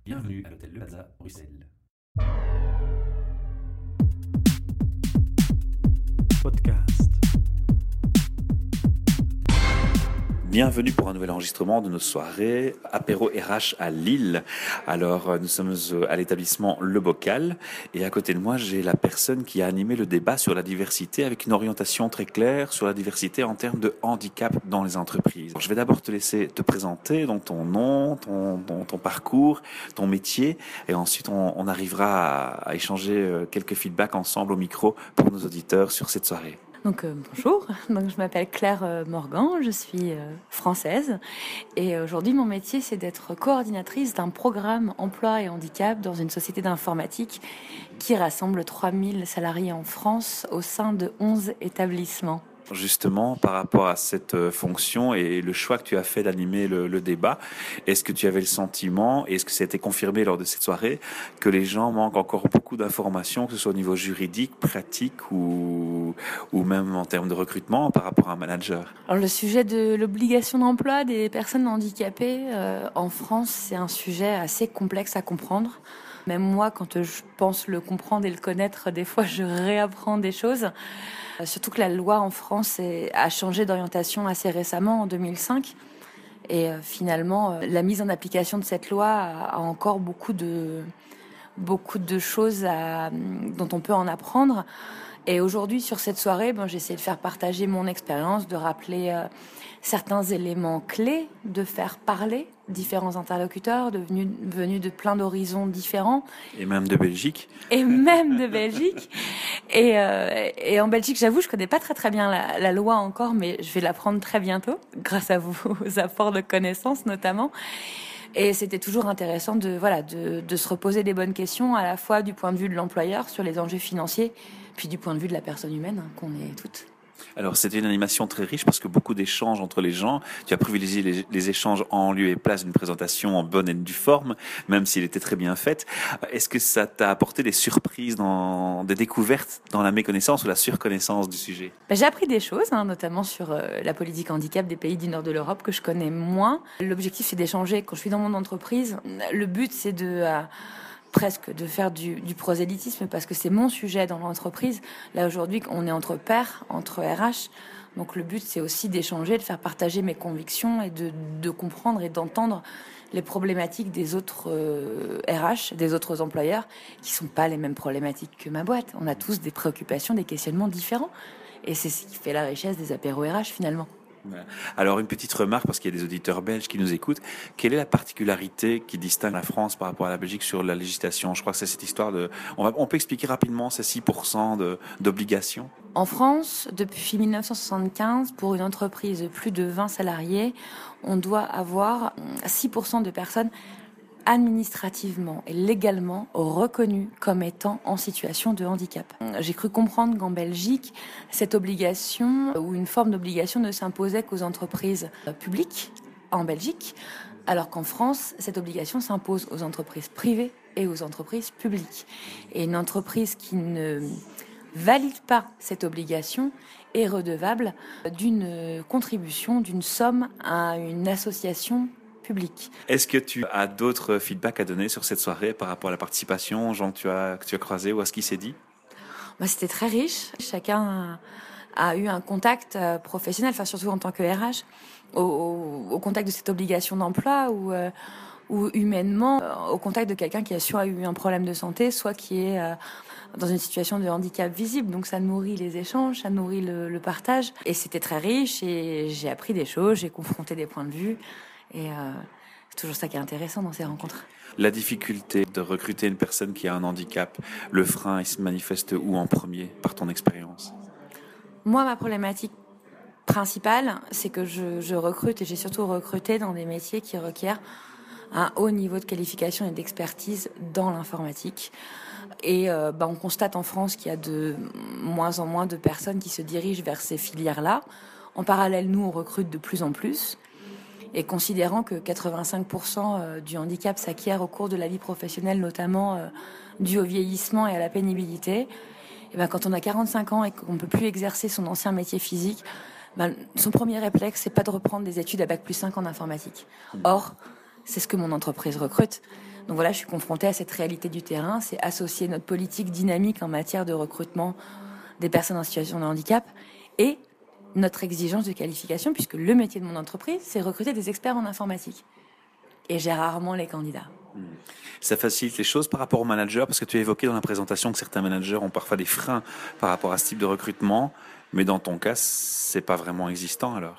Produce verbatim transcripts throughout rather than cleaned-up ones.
Bienvenue à l'hôtel Le Plaza, Bruxelles. Podcast. Bienvenue pour un nouvel enregistrement de nos soirées apéro R H à Lille. Alors, nous sommes à l'établissement Le Bocal et à côté de moi, j'ai la personne qui a animé le débat sur la diversité avec une orientation très claire sur la diversité en termes de handicap dans les entreprises. Alors, je vais d'abord te laisser te présenter, donc ton nom, ton, ton, ton parcours, ton métier et ensuite on, on arrivera à, à échanger quelques feedbacks ensemble au micro pour nos auditeurs sur cette soirée. Donc euh, bonjour, donc je m'appelle Claire euh, Morgan, je suis euh, française et aujourd'hui mon métier c'est d'être coordinatrice d'un programme emploi et handicap dans une société d'informatique qui rassemble trois mille salariés en France au sein de onze établissements. Justement, par rapport à cette fonction et le choix que tu as fait d'animer le, le débat, est-ce que tu avais le sentiment, et est-ce que ça a été confirmé lors de cette soirée, que les gens manquent encore beaucoup d'informations, que ce soit au niveau juridique, pratique ou, ou même en termes de recrutement par rapport à un manager? Alors le sujet de l'obligation d'emploi des personnes handicapées euh, en France, c'est un sujet assez complexe à comprendre. Même moi, quand je pense le comprendre et le connaître, des fois je réapprends des choses. Surtout que la loi en France a changé d'orientation assez récemment, en deux mille cinq. Et finalement, la mise en application de cette loi a encore beaucoup de, beaucoup de choses à, dont on peut en apprendre. Et aujourd'hui, sur cette soirée, ben, j'ai essayé de faire partager mon expérience, de rappeler euh, certains éléments clés, de faire parler différents interlocuteurs devenus, venus de plein d'horizons différents. Et même de Belgique. Et même de Belgique. Et, euh, et en Belgique, j'avoue, je connais pas très très bien la, la loi encore, mais je vais l'apprendre très bientôt, grâce à vos apports de connaissances notamment. Et c'était toujours intéressant de, voilà, de, de se reposer des bonnes questions, à la fois du point de vue de l'employeur sur les enjeux financiers, puis du point de vue de la personne humaine, hein, qu'on est toutes. Alors, c'était une animation très riche parce que beaucoup d'échanges entre les gens. Tu as privilégié les, les échanges en lieu et place d'une présentation en bonne et due forme, même s'il était très bien faite. Est-ce que ça t'a apporté des surprises, dans, des découvertes dans la méconnaissance ou la surconnaissance du sujet? Ben, j'ai appris des choses, hein, notamment sur euh, la politique handicap des pays du nord de l'Europe que je connais moins. L'objectif, c'est d'échanger. Quand je suis dans mon entreprise, le but, c'est de... Euh, presque de faire du, du prosélytisme parce que c'est mon sujet dans l'entreprise. Là, aujourd'hui, on est entre pairs, entre R H. Donc, le but, c'est aussi d'échanger, de faire partager mes convictions et de, de comprendre et d'entendre les problématiques des autres euh, R H, des autres employeurs, qui sont pas les mêmes problématiques que ma boîte. On a tous des préoccupations, des questionnements différents. Et c'est ce qui fait la richesse des apéros R H, finalement. Alors, une petite remarque, parce qu'il y a des auditeurs belges qui nous écoutent. Quelle est la particularité qui distingue la France par rapport à la Belgique sur la législation? Je crois que c'est cette histoire de... On, va... On peut expliquer rapidement ces six pour cent de... d'obligations? En France, depuis dix-neuf cent soixante-quinze, pour une entreprise de plus de vingt salariés, on doit avoir six pour cent de personnes administrativement et légalement reconnus comme étant en situation de handicap. J'ai cru comprendre qu'en Belgique, cette obligation ou une forme d'obligation ne s'imposait qu'aux entreprises publiques en Belgique, alors qu'en France, cette obligation s'impose aux entreprises privées et aux entreprises publiques. Et une entreprise qui ne valide pas cette obligation est redevable d'une contribution, d'une somme à une association public. Est-ce que tu as d'autres feedbacks à donner sur cette soirée par rapport à la participation, gens que tu as, que tu as croisés ou à ce qui s'est dit? Bah, c'était très riche. Chacun a, a eu un contact euh, professionnel, enfin surtout en tant que R H, au, au, au contact de cette obligation d'emploi ou, euh, ou humainement, euh, au contact de quelqu'un qui a soit eu un problème de santé, soit qui est euh, dans une situation de handicap visible. Donc ça nourrit les échanges, ça nourrit le, le partage. Et c'était très riche et j'ai appris des choses, j'ai confronté des points de vue. Et euh, c'est toujours ça qui est intéressant dans ces rencontres. La difficulté de recruter une personne qui a un handicap, le frein, il se manifeste où en premier, par ton expérience? Moi, ma problématique principale, c'est que je, je recrute et j'ai surtout recruté dans des métiers qui requièrent un haut niveau de qualification et d'expertise dans l'informatique. Et euh, bah, on constate en France qu'il y a de moins en moins de personnes qui se dirigent vers ces filières-là. En parallèle, nous, on recrute de plus en plus. Et considérant que quatre-vingt-cinq pour cent du handicap s'acquiert au cours de la vie professionnelle, notamment euh, dû au vieillissement et à la pénibilité, et ben quand on a quarante-cinq ans et qu'on ne peut plus exercer son ancien métier physique, ben, son premier réflexe, c'est pas de reprendre des études à bac plus cinq en informatique. Or, c'est ce que mon entreprise recrute. Donc voilà, je suis confrontée à cette réalité du terrain, c'est associer notre politique dynamique en matière de recrutement des personnes en situation de handicap et notre exigence de qualification, puisque le métier de mon entreprise, c'est recruter des experts en informatique. Et j'ai rarement les candidats. Ça facilite les choses par rapport aux managers, parce que tu as évoqué dans la présentation que certains managers ont parfois des freins par rapport à ce type de recrutement, mais dans ton cas, c'est pas vraiment existant alors.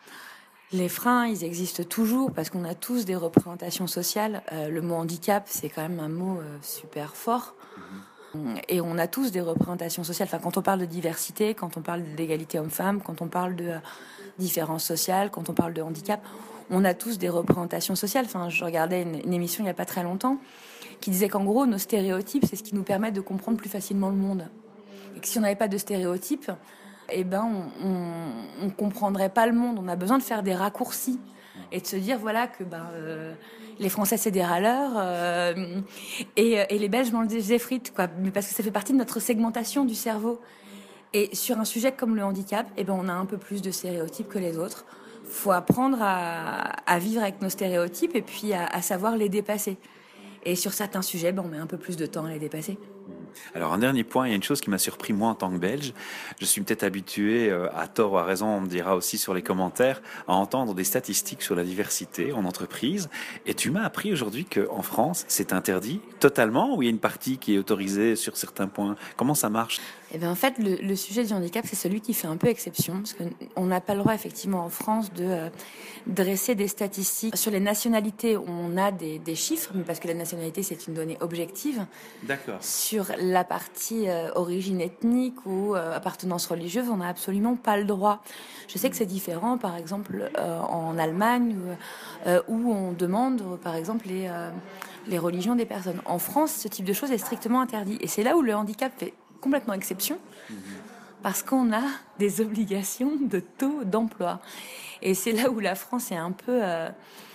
Les freins, ils existent toujours parce qu'on a tous des représentations sociales. Euh, le mot handicap, c'est quand même un mot euh, super fort. Mmh. Et on a tous des représentations sociales. Enfin, quand on parle de diversité, quand on parle d'égalité homme-femme, quand on parle de euh, différence sociale, quand on parle de handicap, on a tous des représentations sociales. Enfin, je regardais une, une émission il n'y a pas très longtemps qui disait qu'en gros, nos stéréotypes, c'est ce qui nous permet de comprendre plus facilement le monde. Et que si on n'avait pas de stéréotypes, eh ben, on ne comprendrait pas le monde. On a besoin de faire des raccourcis et de se dire, voilà, que ben, euh, les Français, c'est des râleurs euh, et, et les Belges mangent des frites, quoi. Mais parce que ça fait partie de notre segmentation du cerveau. Et sur un sujet comme le handicap, eh ben, on a un peu plus de stéréotypes que les autres. Il faut apprendre à, à vivre avec nos stéréotypes et puis à, à savoir les dépasser. Et sur certains sujets, ben, on met un peu plus de temps à les dépasser. Alors, un dernier point, il y a une chose qui m'a surpris, moi, en tant que Belge. Je suis peut-être habitué, euh, à tort ou à raison, on me dira aussi sur les commentaires, à entendre des statistiques sur la diversité en entreprise. Et tu m'as appris aujourd'hui qu'en France, c'est interdit totalement, ou il y a une partie qui est autorisée sur certains points. Comment ça marche ? Eh bien, en fait, le, le sujet du handicap, c'est celui qui fait un peu exception, parce qu'on n'a pas le droit, effectivement, en France, de euh, dresser des statistiques. Sur les nationalités, on a des, des chiffres, mais parce que la nationalité, c'est une donnée objective. D'accord. Sur la partie euh, origine ethnique ou euh, appartenance religieuse, on n'a absolument pas le droit. Je sais que c'est différent, par exemple, euh, en Allemagne, euh, où on demande, par exemple, les, euh, les religions des personnes. En France, ce type de choses est strictement interdit. Et c'est là où le handicap fait complètement exception, parce qu'on a des obligations de taux d'emploi. Et c'est là où la France est un peu euh,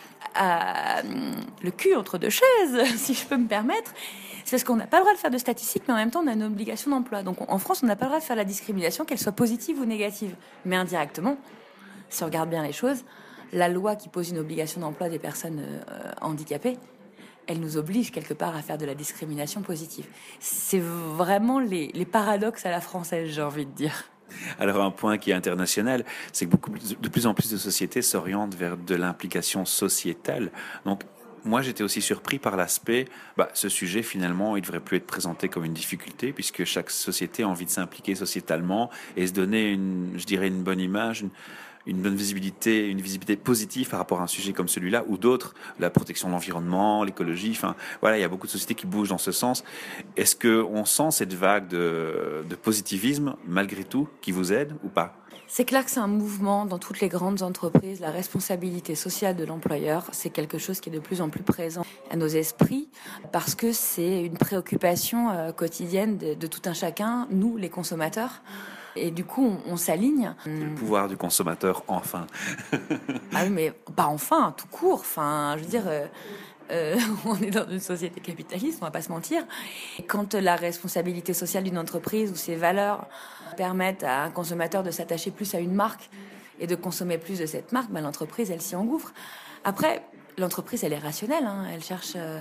à, le cul entre deux chaises, si je peux me permettre. C'est parce qu'on n'a pas le droit de faire de statistiques, mais en même temps, on a une obligation d'emploi. Donc en France, on n'a pas le droit de faire la discrimination, qu'elle soit positive ou négative. Mais indirectement, si on regarde bien les choses, la loi qui pose une obligation d'emploi des personnes euh, handicapées, elle nous oblige quelque part à faire de la discrimination positive. C'est vraiment les, les paradoxes à la française, j'ai envie de dire. Alors un point qui est international, c'est que beaucoup, de plus en plus de sociétés s'orientent vers de l'implication sociétale. Donc moi j'étais aussi surpris par l'aspect, bah, ce sujet finalement il devrait plus être présenté comme une difficulté puisque chaque société a envie de s'impliquer sociétalement et se donner une, je dirais une bonne image, une, une bonne visibilité, une visibilité positive par rapport à un sujet comme celui-là ou d'autres, la protection de l'environnement, l'écologie, enfin voilà, il y a beaucoup de sociétés qui bougent dans ce sens. Est-ce que on sent cette vague de, de positivisme malgré tout qui vous aide ou pas ? C'est clair que c'est un mouvement dans toutes les grandes entreprises. La responsabilité sociale de l'employeur, c'est quelque chose qui est de plus en plus présent à nos esprits parce que c'est une préoccupation euh, quotidienne de, de tout un chacun, nous les consommateurs. Et du coup, on, on s'aligne. Le pouvoir du consommateur, enfin. Ah oui, mais pas enfin, tout court. Enfin, je veux dire, euh, euh, on est dans une société capitaliste, on va pas se mentir. Et quand la responsabilité sociale d'une entreprise ou ses valeurs permettent à un consommateur de s'attacher plus à une marque et de consommer plus de cette marque, ben, l'entreprise, elle s'y engouffre. Après, l'entreprise, elle est rationnelle. Hein, elle cherche... Euh,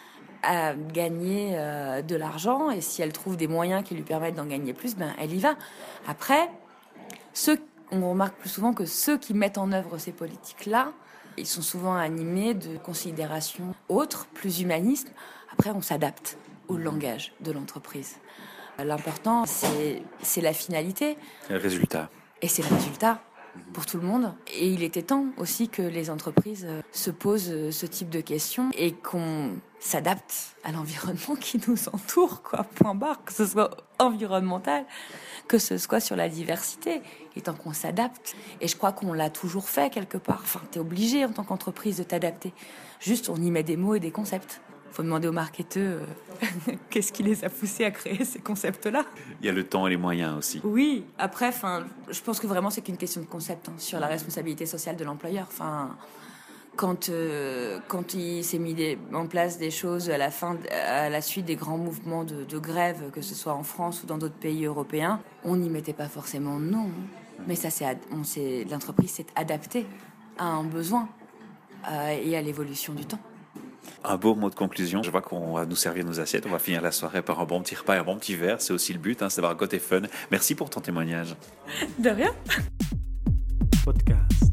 à gagner euh, de l'argent et si elle trouve des moyens qui lui permettent d'en gagner plus, ben elle y va. Après, ceux, on remarque plus souvent que ceux qui mettent en œuvre ces politiques-là, ils sont souvent animés de considérations autres, plus humanistes. Après, on s'adapte au langage de l'entreprise. L'important, c'est, c'est la finalité. Le résultat. Et c'est le résultat pour tout le monde. Et il était temps aussi que les entreprises se posent ce type de questions et qu'on s'adapte à l'environnement qui nous entoure, quoi, point barre, que ce soit environnemental, que ce soit sur la diversité. Et tant qu'on s'adapte, et je crois qu'on l'a toujours fait quelque part, enfin, t'es obligé en tant qu'entreprise de t'adapter. Juste, on y met des mots et des concepts. Faut demander aux marketeurs euh, qu'est-ce qui les a poussés à créer ces concepts-là. Il y a le temps et les moyens aussi. Oui, après, enfin, je pense que vraiment c'est qu'une question de concept hein, sur la responsabilité sociale de l'employeur. Enfin, quand euh, quand il s'est mis des, en place des choses à la fin, à la suite des grands mouvements de, de grève, que ce soit en France ou dans d'autres pays européens, on n'y mettait pas forcément de nom. Mais ça, c'est, on s'est, l'entreprise s'est adaptée à un besoin euh, et à l'évolution du temps. Un beau mot de conclusion. Je vois qu'on va nous servir nos assiettes. On va finir la soirée par un bon petit repas et un bon petit verre. C'est aussi le but, hein, c'est d'avoir un côté fun. Merci pour ton témoignage. De rien. Podcast.